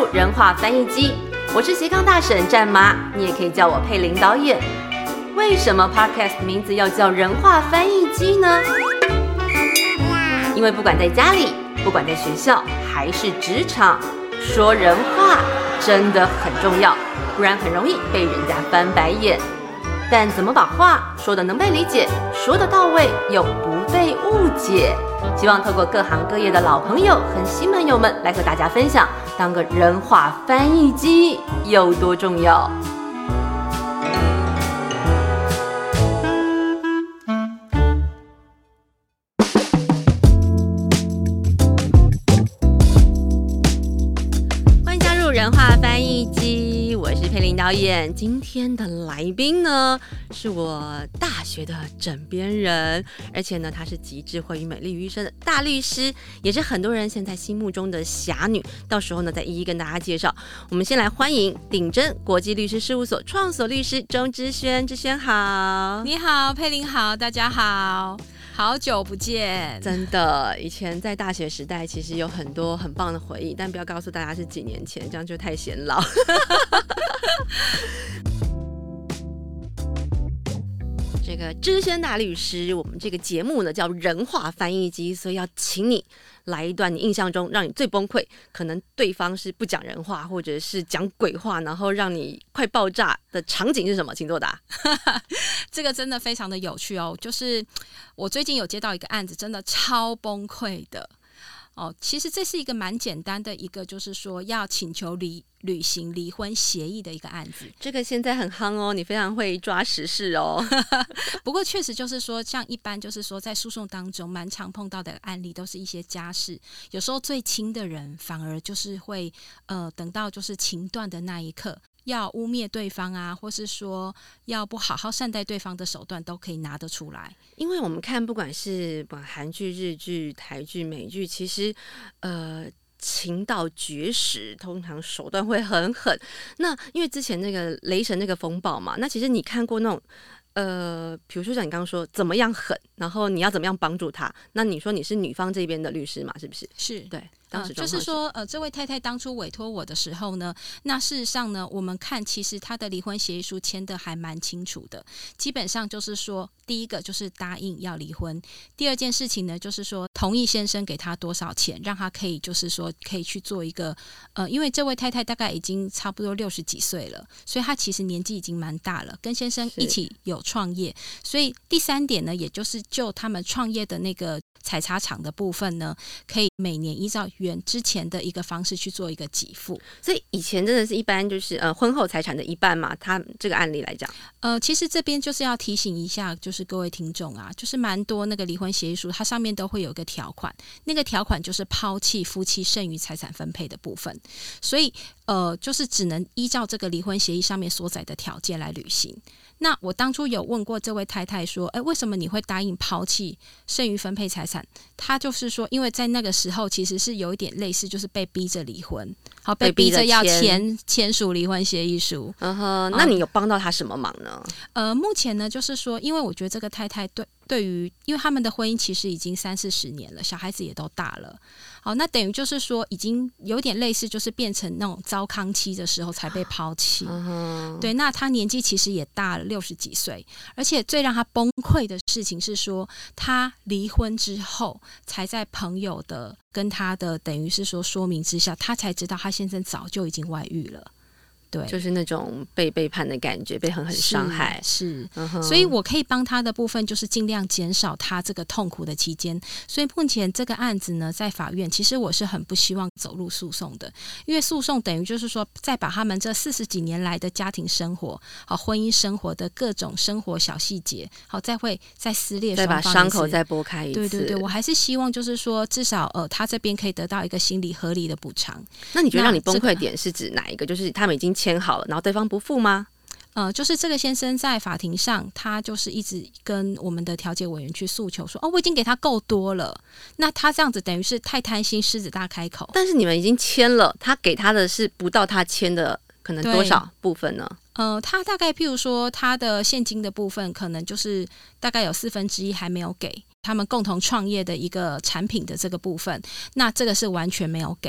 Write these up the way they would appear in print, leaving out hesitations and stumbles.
人话翻译机，我是斜杠大婶战妈，你也可以叫我佩玲导演。为什么 Podcast 名字要叫人话翻译机呢？因为不管在家里，不管在学校还是职场，说人话真的很重要，不然很容易被人家翻白眼。但怎么把话说得能被理解，说得到位，又不被误解？希望透过各行各业的老朋友和新朋友们来和大家分享，当个人话翻译机有多重要。欢迎加入人话翻译机，我是佩玲导演。今天的来宾呢，是我大学的枕边人，而且呢，她是极致慧与美丽于一身的大律师，也是很多人现在心目中的侠女。到时候呢，再一一跟大家介绍。我们先来欢迎鼎真国际律师事务所创所律师周之轩。之轩好。 你好，佩玲好，大家好。好久不见， 真的，以前在大学时代其实有很多很棒的回忆，但不要告诉大家是几年前，这样就太显老。这个资深大律师，我们这个节目呢叫人话翻译机，所以要请你来一段你印象中让你最崩溃，可能对方是不讲人话或者是讲鬼话，然后让你快爆炸的场景是什么？请作答。 这个真的非常的有趣哦，就是我最近有接到一个案子，真的超崩溃的哦。其实这是一个蛮简单的一个，就是说要请求履行离婚协议的一个案子。 这个现在很夯哦，你非常会抓时事哦。 不过确实就是说，像一般就是说在诉讼当中蛮常碰到的案例，都是一些家事，有时候最亲的人反而就是会等到就是情断的那一刻，要污蔑对方啊，或是说要不好好善待对方的手段都可以拿得出来。 因为我们看不管是韩剧、日剧、台剧、美剧，其实情到绝食，通常手段会很狠。那因为之前那个雷神那个风暴嘛，那其实你看过那种比如说像你刚刚说怎么样狠，然后你要怎么样帮助他，那你说你是女方这边的律师嘛，是不是？ 是， 对。当时就是说这位太太当初委托我的时候呢，那事实上呢，我们看其实她的离婚协议书签的还蛮清楚的，基本上就是说，第一个就是答应要离婚，第二件事情呢，就是说同意先生给她多少钱，让她可以就是说可以去做一个因为这位太太大概已经差不多60几岁了，所以她其实年纪已经蛮大了，跟先生一起有创业，所以第三点呢，也就是就他们创业的那个采茶厂的部分呢，可以每年依照原之前的一个方式去做一个给付。 所以以前真的是一般就是婚后财产的一半嘛，他这个案例来讲， 其实这边就是要提醒一下，就是各位听众啊，就是蛮多那个离婚协议书，它上面都会有一个条款，那个条款就是抛弃夫妻剩余财产分配的部分，所以就是只能依照这个离婚协议上面所载的条件来履行。那我当初有问过这位太太说，为什么你会答应抛弃剩余分配财产？她就是说，因为在那个时候其实是有一点类似，就是被逼着离婚，好，被逼着要签署离婚协议书。 那你有帮到她什么忙呢？ 目前呢，就是说，因为我觉得这个太太对于，因为他们的婚姻其实已经30-40年了，小孩子也都大了，好，那等于就是说已经有点类似，就是变成那种糟糠期的时候才被抛弃。对，那他年纪其实也大了，60几岁，而且最让他崩溃的事情是说，他离婚之后才在朋友的跟他的等于是说说明之下，他才知道他先生早就已经外遇了。对， 就是那种被背叛的感觉，被狠狠伤害。 是，所以我可以帮他的部分就是尽量减少他这个痛苦的期间。所以目前这个案子呢，在法院其实我是很不希望走入诉讼的，因为诉讼等于就是说再把他们这40几年来的家庭生活、好婚姻生活的各种生活小细节，好再撕裂双方一次， 再把伤口再剥开一次。 对对对，我还是希望就是说至少他这边可以得到一个心理合理的补偿。 那你觉得让你崩溃点是指哪一个？就是他们已经签好了，然后对方不付吗？ 就是这个先生在法庭上，他就是一直跟我们的调解委员去诉求说，我已经给他够多了，那他这样子等于是太贪心，狮子大开口。 但是你们已经签了，他给他的是不到他签的可能多少部分呢？ 他大概譬如说他的现金的部分，可能就是大概有1/4还没有给他们共同创业的一个产品的这个部分，那这个是完全没有给。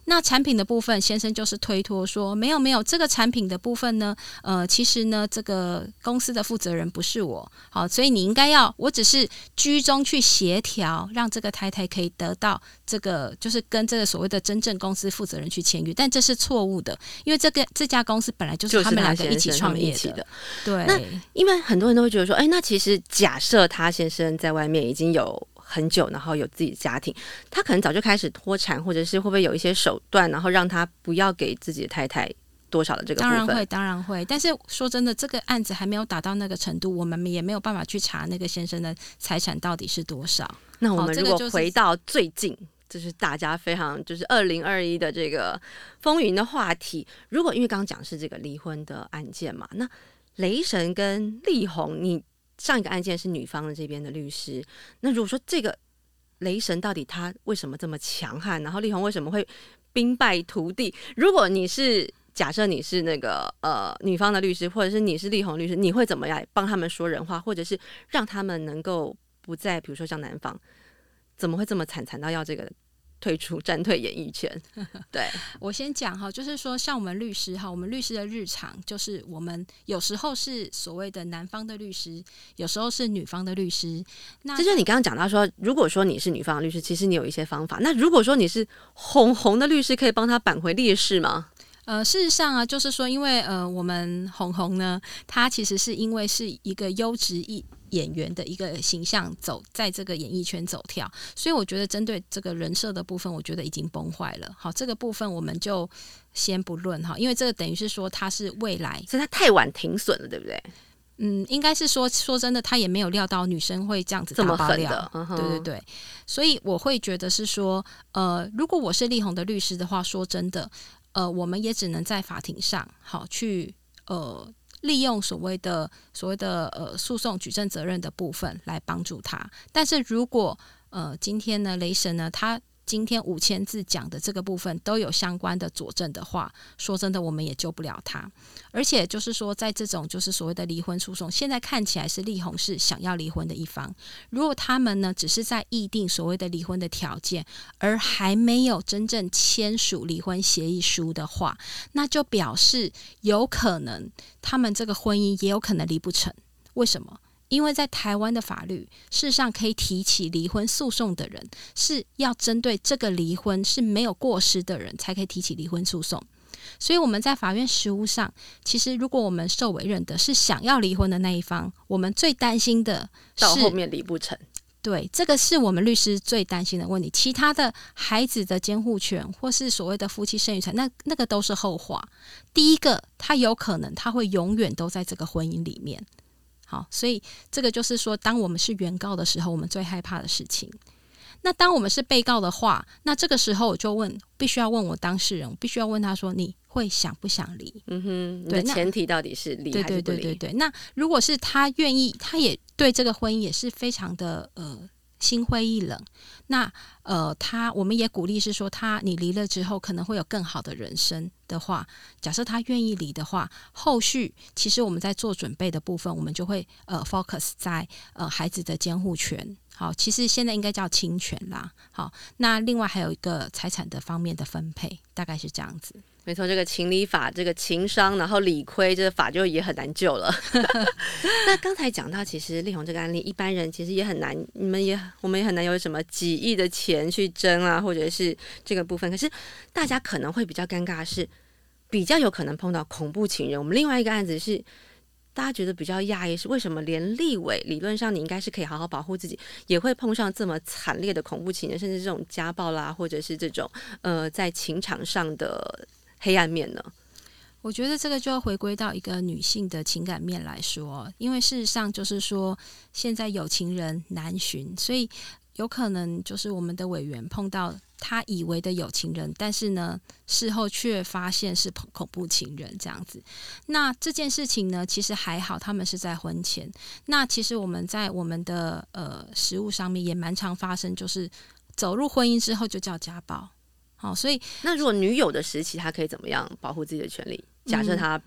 那产品的部分，先生就是推脱说没有这个产品的部分呢，其实呢这个公司的负责人不是我，好，所以你应该要，我只是居中去协调，让这个太太可以得到这个，就是跟这个所谓的真正公司负责人去签约，但这是错误的，因为这家公司本来就是他们两个一起创业的。对， 那因为很多人都会觉得说，那其实假设他先生在外面已经有很久，然后有自己的家庭，他可能早就开始脱产，或者是会不会有一些手段，然后让他不要给自己的太太多少的这个部分？ 当然会。但是说真的，这个案子还没有达到那个程度，我们也没有办法去查那个先生的财产到底是多少。 那我们如果回到最近，就是大家非常就是2021的这个风云的话题，如果因为刚刚讲是这个离婚的案件嘛，那雷神跟力宏，你上一个案件是女方的这边的律师，那如果说这个雷神到底他为什么这么强悍，然后力宏为什么会兵败涂地？如果你是假设你是那个女方的律师，或者是你是力宏律师，你会怎么样帮他们说人话，或者是让他们能够不再，比如说像男方怎么会这么惨到要这个退出战退演艺圈？对， 我先讲哈，就是说像我们律师哈，我们律师的日常就是我们有时候是所谓的男方的律师，有时候是女方的律师。那这就是你刚刚讲到说，如果说你是女方的律师，其实你有一些方法。那如果说你是红的律师，可以帮他扳回劣势吗？ 事实上啊，就是说，因为我们红呢，他其实是因为是一个优质演员的一个形象在这个演艺圈走跳，所以我觉得针对这个人设的部分，我觉得已经崩坏了。好，这个部分我们就先不论哈，因为这个等于是说他是未来， 所以他太晚停损了，对不对？ 应该是说真的，他也没有料到女生会这样子大爆料，对，所以我会觉得是说，如果我是力宏的律师的话，说真的，我们也只能在法庭上好去利用所谓的诉讼举证责任的部分来帮助他。但是如果今天呢，雷神呢，他今天5000字讲的这个部分都有相关的佐证的话，说真的，我们也救不了他。而且就是说，在这种就是所谓的离婚诉讼，现在看起来是力宏是想要离婚的一方。如果他们呢只是在议定所谓的离婚的条件，而还没有真正签署离婚协议书的话，那就表示有可能他们这个婚姻也有可能离不成。为什么？因为在台湾的法律，事实上可以提起离婚诉讼的人，是要针对这个离婚是没有过失的人才可以提起离婚诉讼。所以我们在法院实务上，其实如果我们受委任的是想要离婚的那一方，我们最担心的是到后面离不成。 对，这个是我们律师最担心的问题。其他的孩子的监护权，或是所谓的夫妻剩余财，那个都是后话。第一个，他有可能他会永远都在这个婚姻里面。好，所以这个就是说，当我们是原告的时候，我们最害怕的事情。那当我们是被告的话，那这个时候我就必须要问我当事人，我必须要问他说，你会想不想离？ 你的前提到底是离还是不离？ 对。那如果是他愿意，他也对这个婚姻也是非常的心灰意冷。那我们也鼓励是说，你离了之后可能会有更好的人生的话，假设他愿意离的话，后续其实我们在做准备的部分，我们就会focus 在孩子的监护权。好，其实现在应该叫侵权啦。好，那另外还有一个财产的方面的分配，大概是这样子。 没错，这个情理法，这个情伤，然后理亏，这个法就也很难救了。那刚才讲到，其实力宏这个案例，一般人其实也很难，我们也很难有什么几亿的钱去争啊，或者是这个部分。可是大家可能会比较尴尬的是，比较有可能碰到恐怖情人。我们另外一个案子是，大家觉得比较讶异是，为什么连立委理论上你应该是可以好好保护自己，也会碰上这么惨烈的恐怖情人，甚至这种家暴啦，或者是这种在情场上的黑暗面呢？ 我觉得这个就要回归到一个女性的情感面来说，因为事实上就是说，现在有情人难寻，所以有可能就是我们的委员碰到他以为的有情人，但是呢，事后却发现是恐怖情人这样子。那这件事情呢，其实还好，他们是在婚前。那其实我们在我们的实务上面也蛮常发生，就是走入婚姻之后就叫家暴。好，所以那如果女友的时期，她可以怎么样保护自己的权利？假设她被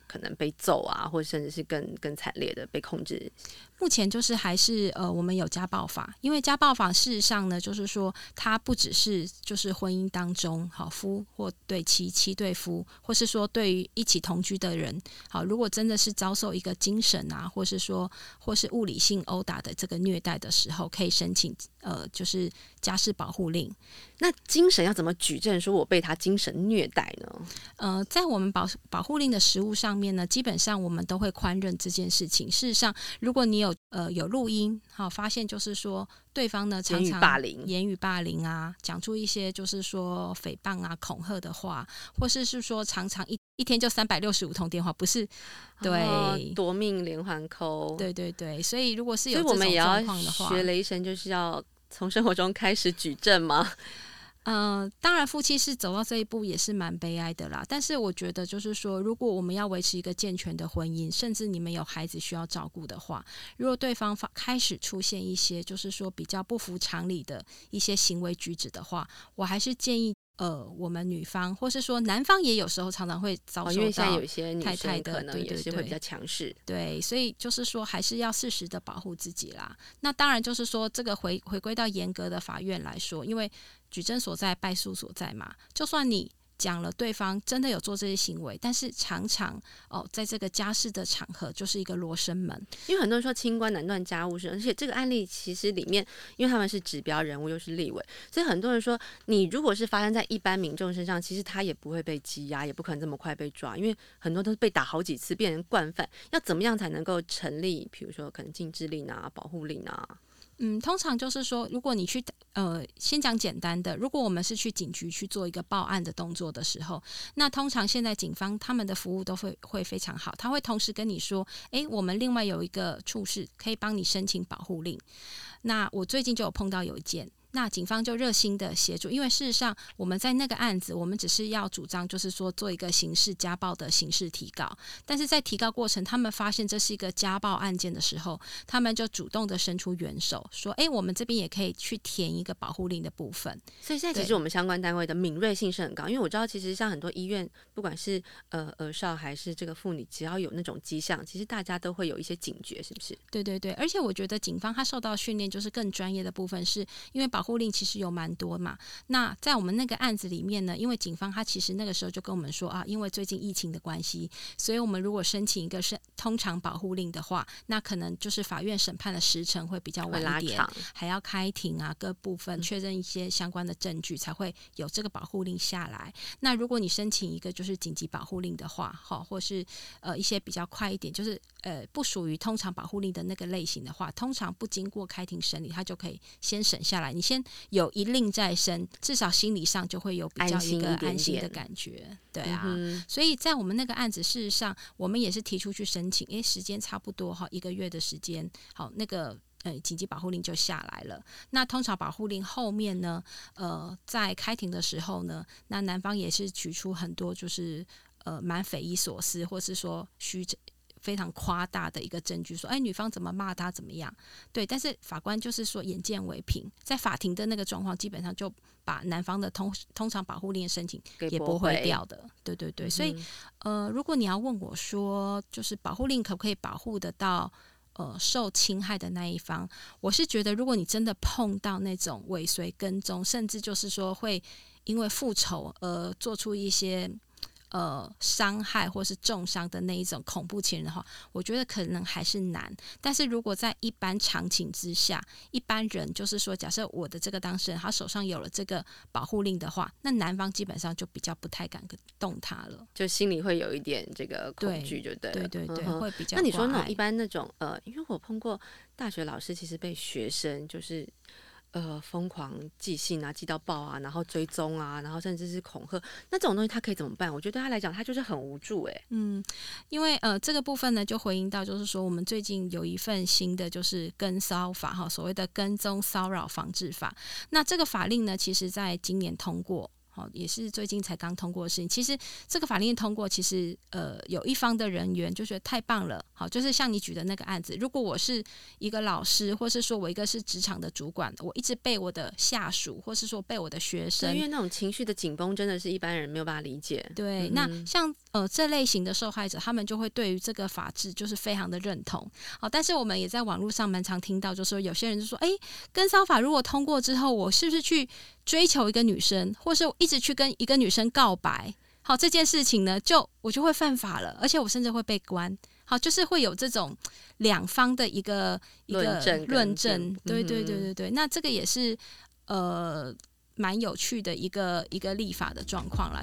可能被揍啊，或者甚至是更惨烈的被控制？ 目前就是还是我们有家暴法，因为家暴法事实上呢，就是说它不只是就是婚姻当中好夫或对妻，妻对夫，或是说对于一起同居的人，好，如果真的是遭受一个精神啊，或是物理性殴打的这个虐待的时候，可以申请就是家事保护令。 那精神要怎么举证说我被他精神虐待呢？在我们保护令的实务上面呢，基本上我们都会宽认这件事情。事实上，如果你有录音，好，发现就是说对方呢常常言语霸凌啊，讲出一些就是说诽谤啊、恐吓的话，或是说常常一天就365通电话，不是对、 夺命连环扣， 对对对，所以如果是有这种状况的话， 所以我们也要学雷神，就是要从生活中开始举证吗？ 当然夫妻是走到这一步也是蛮悲哀的啦，但是我觉得就是说，如果我们要维持一个健全的婚姻，甚至你们有孩子需要照顾的话，如果对方开始出现一些就是说比较不符常理的一些行为举止的话，我还是建议我们女方或是说男方也有时候常常会遭受到太太的， 因为现在有些女生可能也是会比较强势， 对，所以就是说还是要适时的保护自己啦。那当然就是说这个回归到严格的法院来说，因为举证所在败诉所在嘛，就算你讲了对方真的有做这些行为，但是常常在这个家事的场合就是一个罗生门。 因为很多人说清官难断家务事，而且这个案例其实里面，因为他们是指标人物又是立委，所以很多人说你如果是发生在一般民众身上，其实他也不会被羁押，也不可能这么快被抓，因为很多都是被打好几次变成惯犯。要怎么样才能够成立比如说可能禁制令啊、保护令啊？ 通常就是说，如果你去先讲简单的，如果我们是去警局去做一个报案的动作的时候，那通常现在警方他们的服务都会非常好，他会同时跟你说，我们另外有一个处室可以帮你申请保护令。那我最近就有碰到有一件。那警方就热心的协助，因为事实上我们在那个案子，我们只是要主张就是说做一个刑事家暴的刑事提告，但是在提告过程，他们发现这是一个家暴案件的时候，他们就主动的伸出援手，说我们这边也可以去填一个保护令的部分。 所以现在其实我们相关单位的敏锐性是很高，因为我知道其实像很多医院，不管是儿少还是这个妇女，只要有那种迹象，其实大家都会有一些警觉，是不是？ 对对对，而且我觉得警方他受到训练就是更专业的部分，是因为保护令其实有蛮多嘛。那在我们那个案子里面呢，因为警方他其实那个时候就跟我们说啊，因为最近疫情的关系，所以我们如果申请一个通常保护令的话，那可能就是法院审判的时程会比较晚一点，还要开庭啊，各部分确认一些相关的证据，才会有这个保护令下来。那如果你申请一个就是紧急保护令的话，或是一些比较快一点，就是不属于通常保护令的那个类型的话，通常不经过开庭审理，它就可以先审下来。你先有一令在身，至少心理上就会有比较一个安心的感觉。对啊，所以在我们那个案子，事实上我们也是提出去申请，时间差不多1个月的时间，好，那个紧急保护令就下来了。那通常保护令后面呢，在开庭的时候呢，那男方也是举出很多就是蛮匪夷所思，或是说非常夸大的一个证据，说女方怎么骂他怎么样，对，但是法官就是说眼见为凭，在法庭的那个状况，基本上就把男方的通常保护令申请也驳回掉的，对对对，所以如果你要问我说，就是保护令可不可以保护得到受侵害的那一方，我是觉得如果你真的碰到那种尾随跟踪，甚至就是说会因为复仇而做出一些伤害或是重伤的那一种恐怖情人的话，我觉得可能还是难。但是如果在一般常情之下，一般人就是说，假设我的这个当事人他手上有了这个保护令的话，那男方基本上就比较不太敢动他了， 就心里会有一点这个恐惧，就对了。 对对对，会比较。 那你说那种一般那种因为我碰过大学老师，其实被学生就是疯狂寄信啊，寄到爆啊，然后追踪啊，然后甚至是恐吓，那这种东西他可以怎么办？我觉得对他来讲，他就是很无助因为这个部分呢，就回应到就是说，我们最近有一份新的就是跟骚法所谓的跟踪骚扰防治法。那这个法令呢，其实在今年通过。 也是最近才刚通过的事情。其实这个法令通过，其实有一方的人员就觉得太棒了。好，就是像你举的那个案子，如果我是一个老师，或是说我一个是职场的主管，我一直被我的下属，或是说被我的学生， 因为那种情绪的紧绷真的是一般人没有办法理解。 对，那像这类型的受害者，他们就会对于这个法制就是非常的认同。好，但是我们也在网络上蛮常听到，就是说有些人就说，跟骚法如果通过之后，我是不是去追求一个女生，或是一直去跟一个女生告白？好，这件事情呢，我就会犯法了，而且我甚至会被关。好，就是会有这种两方的一个论证。对，那这个也是蛮有趣的一个立法的状况啦。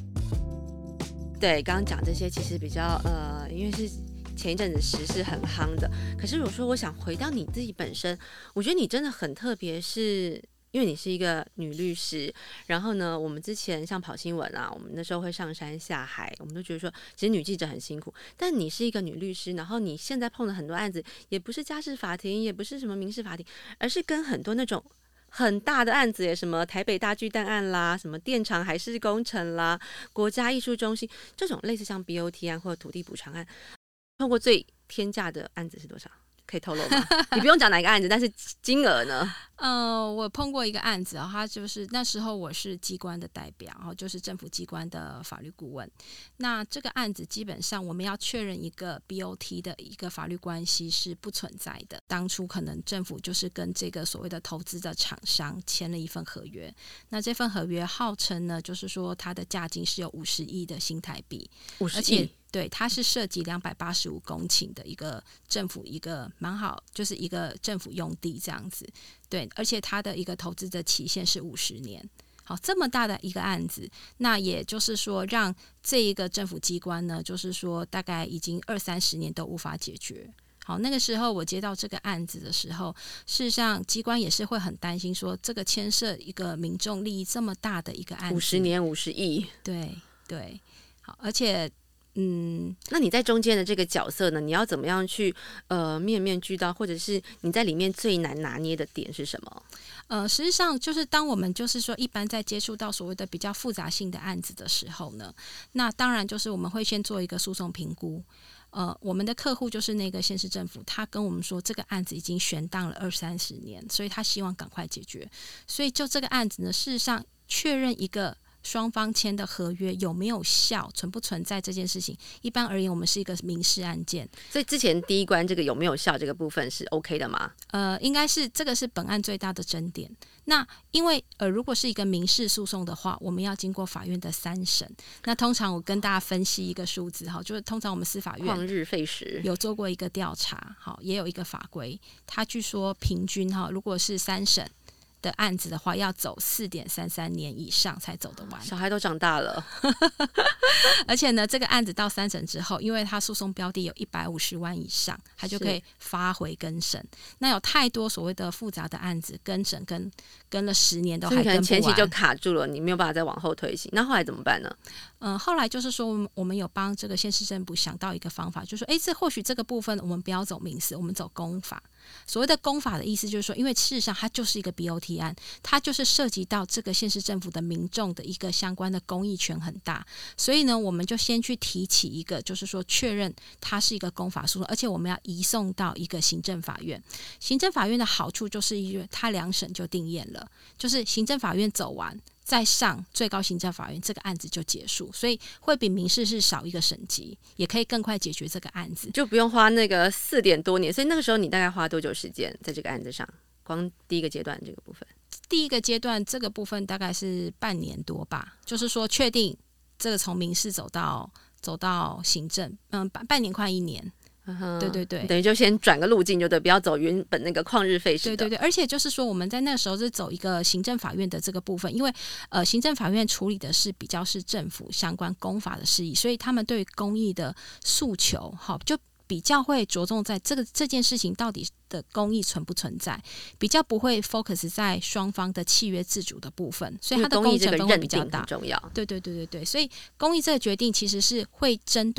对，刚刚讲这些其实比较因为是前一阵子时事很夯的。可是如果说我想回到你自己本身，我觉得你真的很特别，是因为你是一个女律师。然后呢，我们之前像跑新闻啊，我们那时候会上山下海，我们都觉得说其实女记者很辛苦。但你是一个女律师，然后你现在碰的很多案子也不是家事法庭，也不是什么民事法庭，而是跟很多那种很大的案子耶，什么台北大巨蛋案啦，什么电厂海事工程啦，国家艺术中心，这种类似像 BOT 案或者土地补偿案，碰过最天价的案子是多少？可以透露吗？你不用讲哪个案子，但是金额呢？ 我碰过一个案子啊，他就是那时候我是机关的代表，就是政府机关的法律顾问。那这个案子基本上我们要确认一个 BOT 的一个法律关系是不存在的。当初可能政府就是跟这个所谓的投资的厂商签了一份合约，那这份合约号称呢，就是说它的价金是有50亿的新台币，50亿，而且对，它是涉及285公顷的一个政府一个蛮好，就是一个政府用地这样子。对，而且它的一个投资的期限是50年。好，这么大的一个案子，那也就是说让这一个政府机关呢，就是说大概已经20-30年都无法解决。好，那个时候我接到这个案子的时候，事实上机关也是会很担心说，这个牵涉一个民众利益这么大的一个案子 ，50年50亿， 对，好，而且那你在中间的这个角色呢，你要怎么样去面面俱到，或者是你在里面最难拿捏的点是什么？ 实际上就是当我们就是说一般在接触到所谓的比较复杂性的案子的时候呢，那当然就是我们会先做一个诉讼评估。我们的客户就是那个县市政府，他跟我们说这个案子已经悬档了20-30年，所以他希望赶快解决。所以就这个案子呢，事实上确认一个双方签的合约有没有效，存不存在这件事情，一般而言我们是一个民事案件。 所以之前第一关这个有没有效这个部分是 OK 的吗？ 应该是这个是本案最大的争点。那因为如果是一个民事诉讼的话，我们要经过法院的3审。那通常我跟大家分析一个数字，就是通常我们司法院旷日费时有做过一个调查，也有一个法规，它据说平均如果是3审的案子的话，要走4.33年以上才走得完。 小孩都长大了而且呢，这个案子到3审之后，因为它诉讼标的有150万以上，它就可以发回更审。那有太多所谓的复杂的案子，更审跟了10年都还跟不完， 前期就卡住了，你没有办法再往后推行。那后来怎么办呢？ 后来就是说，我们有帮这个县市政府想到一个方法，就是说，这或许这个部分我们不要走民事，我们走公法。所谓的公法的意思就是说，因为事实上它就是一个 BOT 案，它就是涉及到这个县市政府的民众的一个相关的公益权很大，所以呢，我们就先去提起一个，就是说确认它是一个公法诉讼，而且我们要移送到一个行政法院。行政法院的好处就是因为它2审就定验了，就是行政法院走完再上最高行政法院，这个案子就结束，所以会比民事是少一个审级，也可以更快解决这个案子， 就不用花那个4点多年。所以那个时候你大概花多久时间在这个案子上？光第一个阶段这个部分， 第一个阶段这个部分大概是半年多吧，就是说确定这个从民事走到行政，半年快1年。对， 等于就先转个路径，就对，不要走原本那个旷日费时的。 对，而且就是说我们在那个时候是走一个行政法院的这个部分，因为行政法院处理的是比较是政府相关公法的事宜，所以他们对公益的诉求，就比较会着重在这件事情到底的公益存不存在，比较不会 focus 在双方的契约自主的部分，所以它的公益成分会比较大。 重要。 对，所以公益这个决定其实是会针对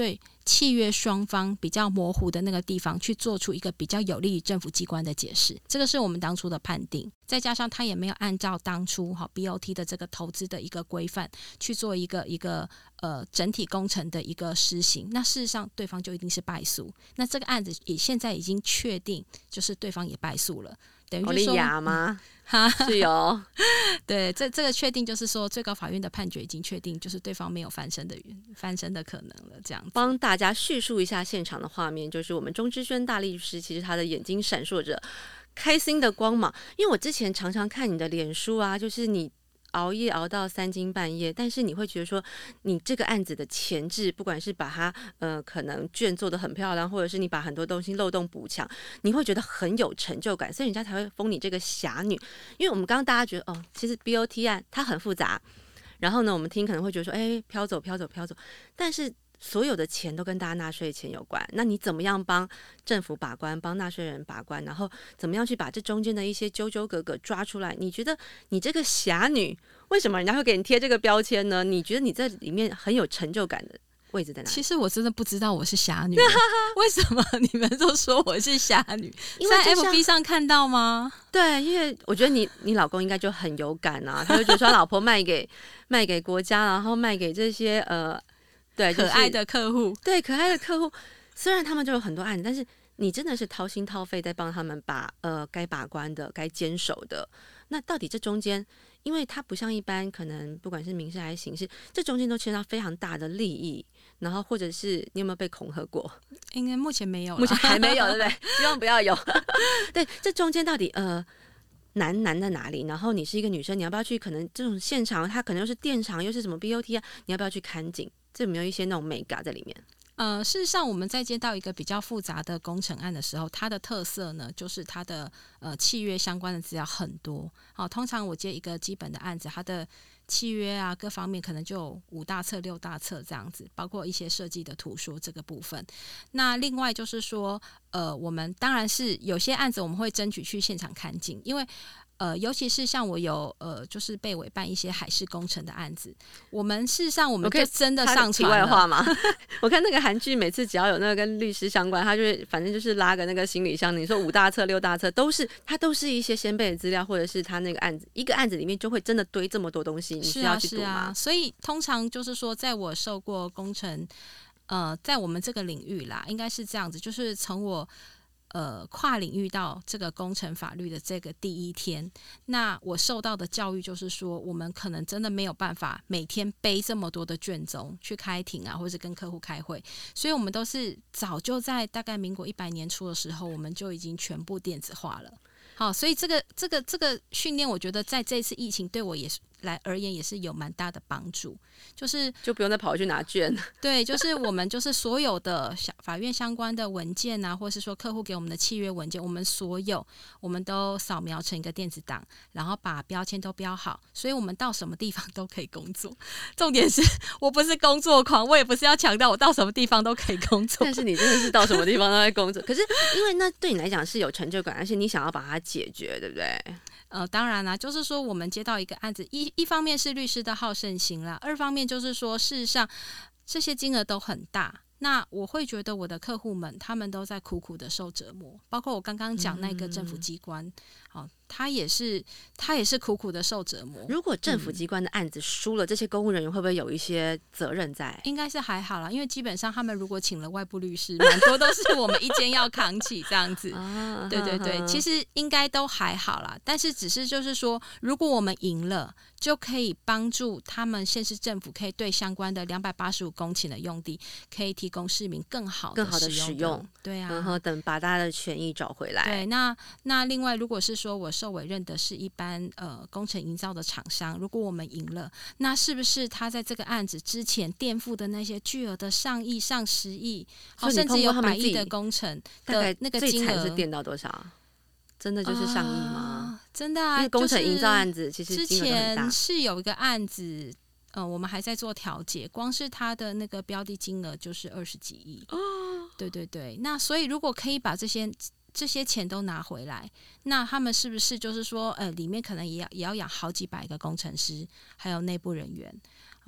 契约双方比较模糊的那个地方去做出一个比较有利于政府机关的解释，这个是我们当初的判定。再加上他也没有按照当初BOT 的这个投资的一个规范去做一个整体工程的一个施行，那事实上对方就一定是败诉。那这个案子也现在已经确定，就是对方也败诉了，等于就是说雅吗？是有对，这个确定就是说，最高法院的判决已经确定，就是对方没有翻身的可能了。这样子帮大家叙述一下现场的画面，就是我们钟之轩大律师，其实他的眼睛闪烁着开心的光芒。因为我之前常常看你的脸书啊，就是你熬夜熬到3更半夜，但是你会觉得说，你这个案子的前置，不管是把它可能卷做得很漂亮，或者是你把很多东西漏洞补强，你会觉得很有成就感，所以人家才会封你这个侠女。因为我们刚刚大家觉得其实 BOT 案它很复杂，然后呢，我们听可能会觉得说，飘走，但是所有的钱都跟大家纳税钱有关，那你怎么样帮政府把关，帮纳税人把关，然后怎么样去把这中间的一些纠纠葛葛抓出来？你觉得你这个侠女，为什么人家会给你贴这个标签呢？你觉得你在里面很有成就感的位置在哪里？ 其实我真的不知道我是侠女为什么你们都说我是侠女？在 FB 上看到吗？ 对，因为我觉得你老公应该就很有感啊，他就觉得说他老婆卖给国家，然后卖给这些对， 可爱的客户， 对，可爱的客户。虽然他们就有很多案子，但是你真的是掏心掏肺在帮他们把该把关的、该坚守的。那到底这中间，因为它不像一般可能不管是民事还是刑事，这中间都牵到非常大的利益，然后或者是你有没有被恐吓过？ 应该目前没有， 目前还没有，对不对？希望不要有。对，这中间到底难在哪里？然后你是一个女生，你要不要去？可能这种现场，它可能又是电厂，又是什么 BOT 啊？你要不要去看景？这有没有一些那种美感在里面？ 事实上，我们在接到一个比较复杂的工程案的时候，它的特色呢，就是它的契约相关的资料很多。通常我接一个基本的案子，它的契约啊各方面可能就5大册、6大册这样子，包括一些设计的图说这个部分。那另外就是说，我们当然是有些案子我们会争取去现场看景，因为尤其是像我有就是被委办一些海事工程的案子，我们事实上我们就真的上传了。 题外话嘛，我看那个韩剧，每次只要有那个跟律师相关，他就会反正就是拉个那个行李箱。你说5大册、6大册，它都是一些先辈的资料，或者是他那个案子一个案子里面就会真的堆这么多东西，你需要去读吗？ 所以通常就是说，在我受过工程，在我们这个领域啦，应该是这样子，就是从我跨领域到这个工程法律的这个第一天，那我受到的教育就是说，我们可能真的没有办法每天背这么多的卷宗去开庭啊，或者跟客户开会，所以我们都是早就在大概民国100年初的时候，我们就已经全部电子化了。好，所以这个训练，我觉得在这一次疫情对我而言也是有蛮大的帮助，就不用再跑去拿卷。 对，就是我们就是所有的法院相关的文件啊，或是说客户给我们的契约文件，我们都扫描成一个电子档，然后把标签都标好，所以我们到什么地方都可以工作。重点是我不是工作狂，我也不是要强调我到什么地方都可以工作， 但是你真的是到什么地方都在工作。可是因为那对你来讲是有成就感，而且你想要把它解决，对不对？ 当然啦，就是说我们接到一个案子，一方面是律师的好胜心啦，二方面就是说事实上这些金额都很大，那我会觉得我的客户们他们都在苦苦的受折磨，包括我刚刚讲那个政府机关，他也是苦苦的受折磨。 如果政府机关的案子输了，这些公务人员会不会有一些责任在？ 应该是还好啦，因为基本上他们如果请了外部律师，蛮多都是我们一间要扛起这样子。对对对，其实应该都还好啦，但是只是就是说，如果我们赢了，就可以帮助他们县市政府可以对相关的285公顷的用地，可以提供市民更好的使用。对啊， 然后等把大家的权益找回来。 对，那另外，如果是说我受委任的是一般工程营造的厂商，如果我们赢了，那是不是他在这个案子之前垫付的那些巨额的上亿、上10亿，甚至有100亿的工程的那个金额是垫到多少？真的就是上亿吗？ 真的啊， 因为工程营造案子其实金额很大。 之前是有一个案子，我们还在做调解，光是他的那个标的金额就是20几亿。对对对，那所以如果可以把这些钱都拿回来，那他们是不是就是说，里面可能也要养好几百个工程师，还有内部人员，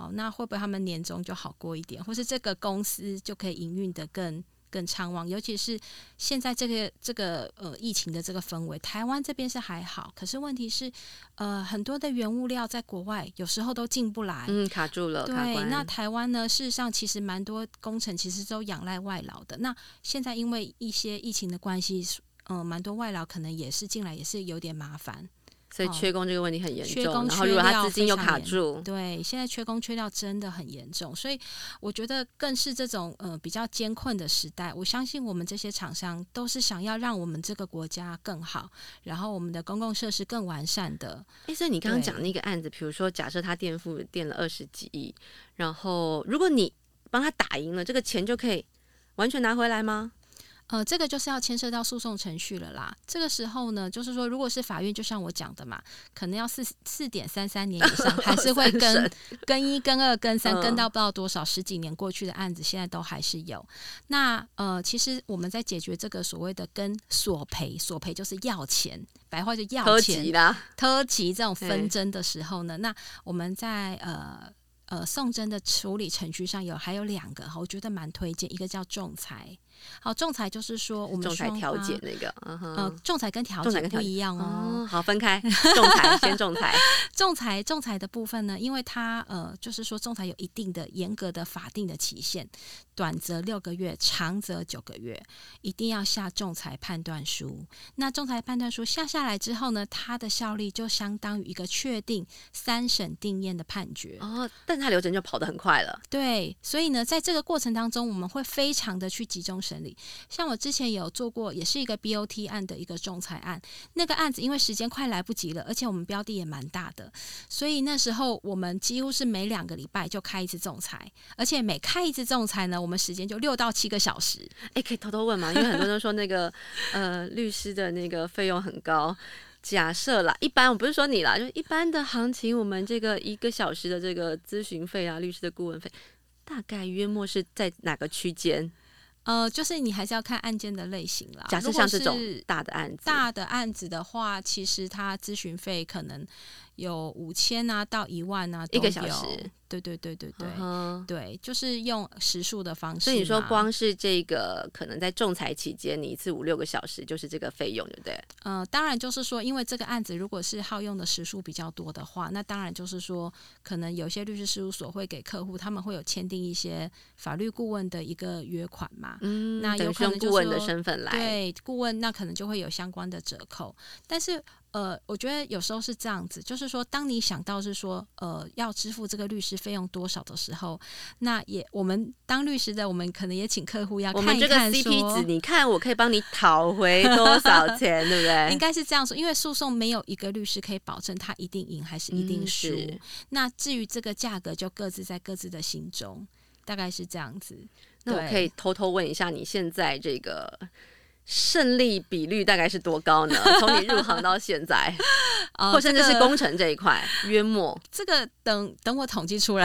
好，那会不会他们年终就好过一点，或是这个公司就可以营运得更畅旺？尤其是现在这个疫情的这个氛围，台湾这边是还好，可是问题是很多的原物料在国外有时候都进不来， 卡住了。 对， 卡关。 那台湾呢，事实上其实蛮多工程其实都仰赖外劳的。那现在因为一些疫情的关系，蛮多外劳可能也是进来也是有点麻烦。 所以缺工这个问题很严重， 然后如果他资金又卡住， 对，现在缺工缺料真的很严重，所以我觉得更是这种比较艰困的时代，我相信我们这些厂商都是想要让我们这个国家更好，然后我们的公共设施更完善的。 所以你刚刚讲那个案子，比如说假设他垫付垫了20几亿，然后如果你帮他打赢了，这个钱就可以完全拿回来吗？ 这个就是要牵涉到诉讼程序了啦。这个时候呢，就是说，如果是法院，就像我讲的嘛，可能要4.33年以上，还是会跟1、跟2、跟3，跟到不知道多少10几年过去的案子，现在都还是有。那其实我们在解决这个所谓的跟索赔就是要钱，白话就要钱，特级这种纷争的时候呢，那我们在讼争的处理程序上还有2个，我觉得蛮推荐，一个叫仲裁。好，仲裁就是说我们仲裁调解那个， 仲裁跟调解不一样哦。 好，分开。仲裁先仲裁。 仲裁的部分呢，因为它就是说仲裁有一定的严格的法定的期限，短则6个月，长则9个月，一定要下仲裁判断书。那仲裁判断书下来之后呢，它的效力就相当于一个确定3审定谳的判决。 但它流程就跑得很快了。 对，所以呢，在这个过程当中，我们会非常的去集中审理。像我之前有做过，也是一个 BOT 案的一个仲裁案，那个案子因为时间快来不及了，而且我们标的也蛮大的，所以那时候我们几乎是每2个礼拜就开一次仲裁，而且每开一次仲裁呢，我们时间就6到7个小时。 可以偷偷问吗？因为很多人都说那个律师的那个费用很高。假设啦，一般我不是说你啦，就一般的行情，我们这个1个小时的这个咨询费啊，律师的顾问费，大概约莫是在哪个区间？ 就是你还是要看案件的类型啦。 假设像这种大的案子的话，其实它咨询费可能有5000啊到1万啊，都有 1个小时。 对，就是用时数的方式。 所以你说光是这个可能在仲裁期间，你一次5、6个小时就是这个费用，对不对？ 当然就是说，因为这个案子如果是耗用的时数比较多的话，那当然就是说，可能有些律师事务所会给客户，他们会有签订一些法律顾问的一个约款嘛。那有可能就是用顾问的身份来， 对，顾问那可能就会有相关的折扣，但是。我觉得有时候是这样子，就是说，当你想到是说，要支付这个律师费用多少的时候，那我们当律师的，我们可能也请客户要看一看， 我们这个 CP 值，你看我可以帮你讨回多少钱，对不对？ 应该是这样说，因为诉讼没有一个律师可以保证他一定赢还是一定输。那至于这个价格，就各自在各自的心中，大概是这样子。 那我可以偷偷问一下，你现在这个胜利比率大概是多高呢？从你入行到现在，或甚至是工程这一块，约莫这个等我统计出来。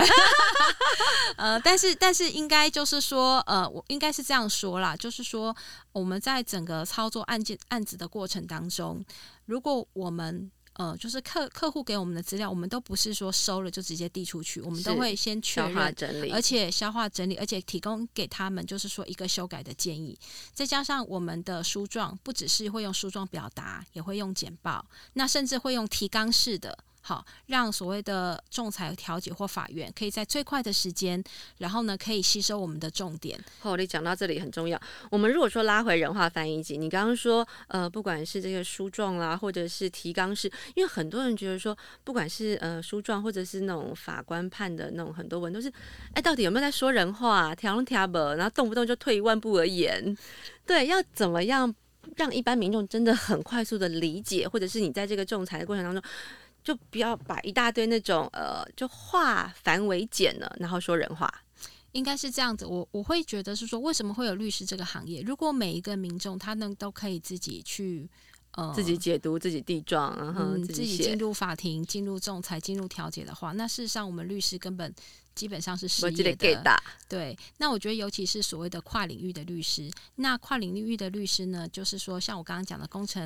但是应该就是说，我应该是这样说啦，就是说我们在整个操作案子的过程当中，如果我们就是客户给我们的资料，我们都不是说收了就直接递出去，我们都会先确认，而且消化整理，而且提供给他们就是说一个修改的建议。再加上我们的书状，不只是会用书状表达，也会用简报，那甚至会用提纲式的。好，让所谓的仲裁调解或法院可以在最快的时间，然后呢可以吸收我们的重点。 你讲到这里很重要。我们如果说拉回人话翻译机，你刚刚说不管是这个书状啦，或者是提纲式，因为很多人觉得说，不管是书状或者是那种法官判的那种很多文都是，到底有没有在说人话，条龙条不，然后动不动就退1万步而言，对，要怎么样让一般民众真的很快速的理解，或者是你在这个仲裁的过程当中。就不要把一大堆那种就化繁为简了，然后说人话。 应该是这样子，我会觉得是说，为什么会有律师这个行业？如果每一个民众他都可以自己去自己解读、自己递状， 自己进入法庭、进入仲裁、进入调解的话，那事实上我们律师根本基本上是失业的。对，那我觉得尤其是所谓的跨领域的律师，那跨领域的律师呢，就是说像我刚刚讲的工程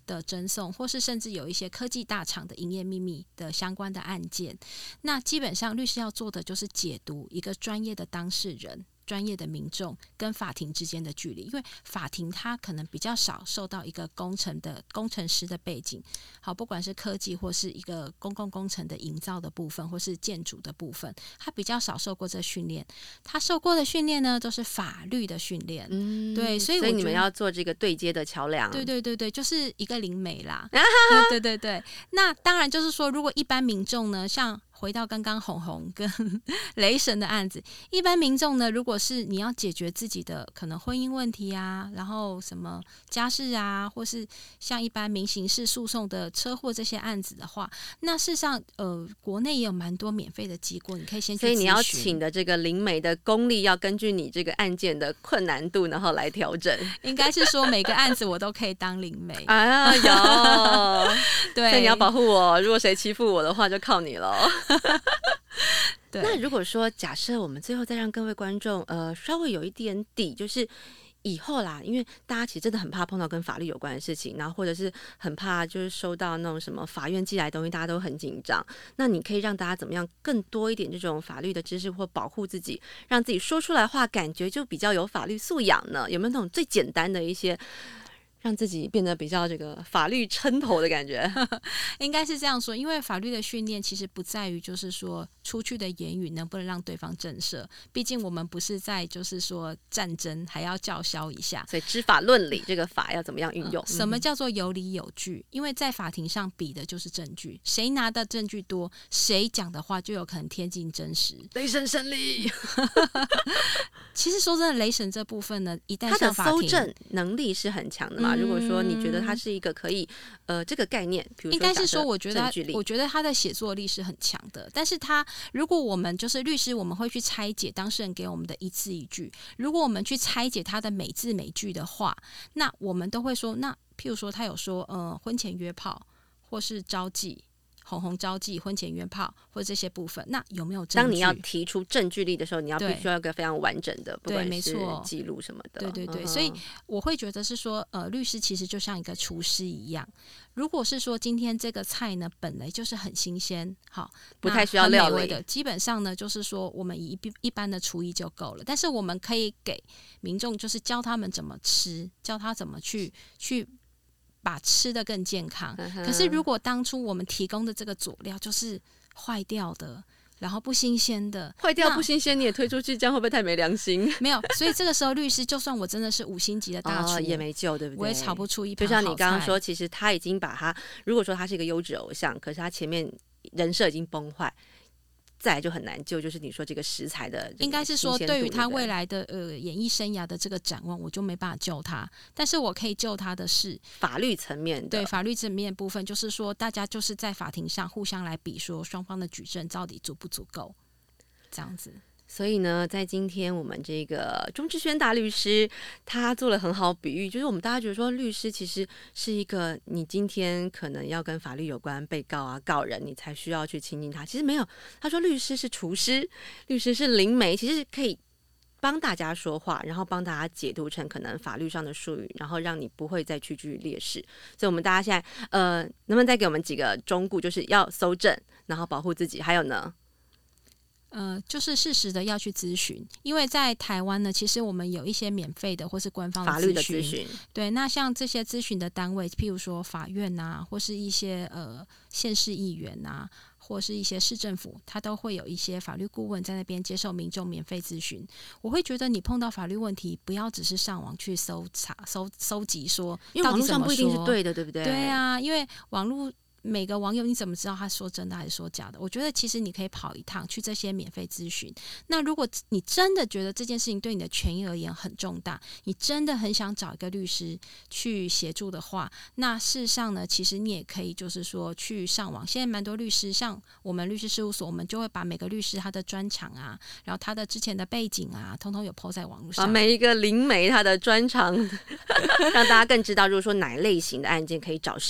的侦送，或是甚至有一些科技大厂的营业秘密的相关的案件，那基本上律师要做的就是解读一个专业的当事人、专业的民众跟法庭之间的距离，因为法庭它可能比较少受到一个工程师的背景，好，不管是科技或是一个公共工程的营造的部分，或是建筑的部分，他比较少受过这训练。他受过的训练呢，都是法律的训练。对，所以你们要做这个对接的桥梁。 对，就是一个灵媒啦。对。那当然就是说，如果一般民众呢，像回到刚刚红红跟雷神的案子，一般民众呢，如果是你要解决自己的可能婚姻问题啊，然后什么家事啊，或是像一般民刑事诉讼的车祸这些案子的话，那事实上国内也有蛮多免费的机构，你可以先去咨询。 所以你要请的这个灵媒的功力要根据你这个案件的困难度然后来调整。 应该是说每个案子我都可以当灵媒。 有对， 所以你要保护我，如果谁欺负我的话就靠你了。那如果说假设我们最后再让各位观众稍微有一点底，就是以后啦，因为大家其实真的很怕碰到跟法律有关的事情，然后或者是很怕就是收到那种什么法院寄来的东西，大家都很紧张。那你可以让大家怎么样更多一点这种法律的知识或保护自己，让自己说出来话感觉就比较有法律素养呢？有没有那种最简单的一些让自己变得比较这个法律称头的感觉？ 应该是这样说，因为法律的训练其实不在于就是说出去的言语能不能让对方震慑，毕竟我们不是在就是说战争，还要叫嚣一下。 所以知法论理，这个法要怎么样运用？ 什么叫做有理有据？因为在法庭上比的就是证据，谁拿的证据多，谁讲的话就有可能贴近真实。 雷神胜利。 其实说真的，雷神这部分呢，一旦上法庭，他的搜上证能力是很强的嘛。如果说你觉得他是一个可以这个概念，比如说应该是说我觉得他的写作力是很强的。但是他如果我们就是律师，我们会去拆解当事人给我们的一字一句。如果我们去拆解他的每字每句的话，那我们都会说，那譬如说他有说婚前约炮或是招妓。红招妓、婚前约炮或者这些部分，那有没有证据？ 当你要提出证据力的时候，你要必须要有一个非常完整的，不管是记录什么的。 对，所以我会觉得是说，律师其实就像一个厨师一样。如果是说今天这个菜呢本来就是很新鲜，好， 不太需要料理的，基本上呢就是说我们以一般的厨艺就够了。但是我们可以给民众就是教他们怎么吃，教他怎么去把吃的更健康。可是如果当初我们提供的这个佐料就是坏掉的，然后不新鲜的， 坏掉不新鲜你也推出去，这样会不会太没良心？ 没有，所以这个时候律师就算我真的是5星级的大厨， 也没救，对不对？ 我也炒不出一盘好菜。 就像你刚刚说，其实他已经把他，如果说他是一个优质偶像，可是他前面人设已经崩坏，再来就很难救，就是你说这个食材的， 应该是说对于他未来的演艺生涯的这个展望，我就没办法救他。但是我可以救他的是法律层面的， 对法律层面的部分，就是说大家就是在法庭上互相来比说双方的举证到底足不足够，这样子。 所以呢，在今天我们这个钟志轩大律师他做了很好比喻，就是我们大家觉得说律师其实是一个你今天可能要跟法律有关被告啊告人你才需要去亲近他，其实没有。他说律师是厨师，律师是灵媒，其实可以帮大家说话，然后帮大家解读成可能法律上的术语，然后让你不会再屈居劣势。所以我们大家现在能不能再给我们几个忠告，就是要搜证，然后保护自己，还有呢就是适时的要去咨询，因为在台湾呢，其实我们有一些免费的或是官方的法律的咨询。 对，那像这些咨询的单位，譬如说法院啊，或是一些县市议员啊，或是一些市政府，他都会有一些法律顾问在那边接受民众免费咨询。我会觉得你碰到法律问题，不要只是上网去搜集说， 因为网络上不一定是对的，对不对？ 对啊，因为网络。每个网友你怎么知道他说真的还是说假的？我觉得其实你可以跑一趟去这些免费咨询。那如果你真的觉得这件事情对你的权益而言很重大，你真的很想找一个律师去协助的话，那事实上呢，其实你也可以就是说去上网。现在蛮多律师，像我们律师事务所，我们就会把每个律师他的专长啊，然后他的之前的背景啊，通通有 po 在网络上。 每一个灵媒他的专长，让大家更知道，如果说哪类型的案件可以找谁。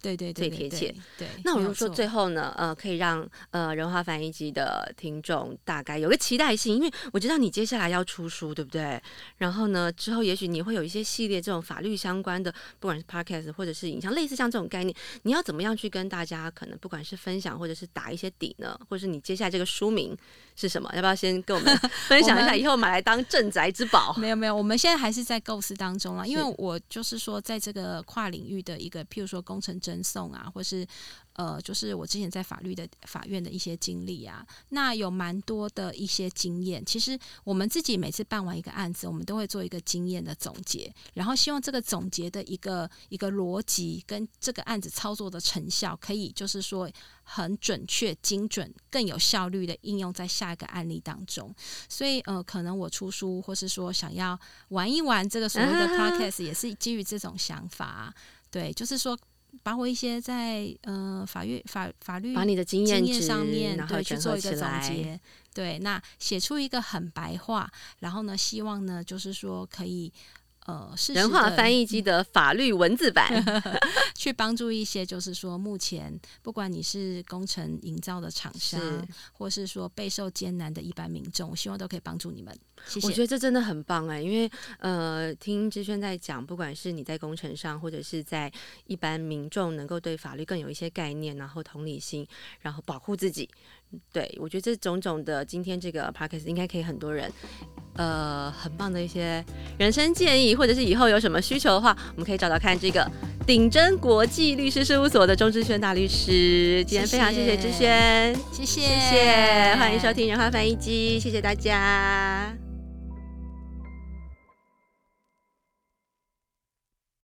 对对最贴切。 对， 那我如果说最后呢，可以让人话翻译机的听众大概有个期待性，因为我知道你接下来要出书，对不对？然后呢，之后也许你会有一些系列这种法律相关的，不管是 podcast 或者是影像，类似像这种概念，你要怎么样去跟大家可能不管是分享或者是打一些底呢？或者是你接下来这个书名是什么？要不要先跟我们分享一下，以后买来当镇宅之宝？ 没有，我们现在还是在构思当中啦。因为我就是说，在这个跨领域的一个，譬如说工程侦讼啊，或是就是我之前在法院的一些经历啊，那有蛮多的一些经验。其实我们自己每次办完一个案子，我们都会做一个经验的总结，然后希望这个总结的一个逻辑跟这个案子操作的成效，可以就是说很准确、精准、更有效率的应用在下一个案例当中。所以可能我出书，或是说想要玩一玩这个所谓的 podcast， 也是基于这种想法啊。对，就是说把我一些在法律把你的经验上面然后对去做一个总结， 结，对，那写出一个很白话，然后呢，希望呢就是说可以人话翻译机的法律文字版去帮助一些就是说目前不管你是工程营造的厂商，或是说备受艰难的一般民众，我希望都可以帮助你们。谢谢。 我觉得这真的很棒因为听芝萱在讲，不管是你在工程上，或者是在一般民众能够对法律更有一些概念，然后同理心，然后保护自己。对，我觉得这种种的今天这个 podcast 应该可以很多人很棒的一些人生建议，或者是以后有什么需求的话，我们可以找找看这个鼎真国际律师事务所的钟芝萱大律师。今天非常谢谢芝萱， 谢谢， 欢迎收听人话翻译机，谢谢大家。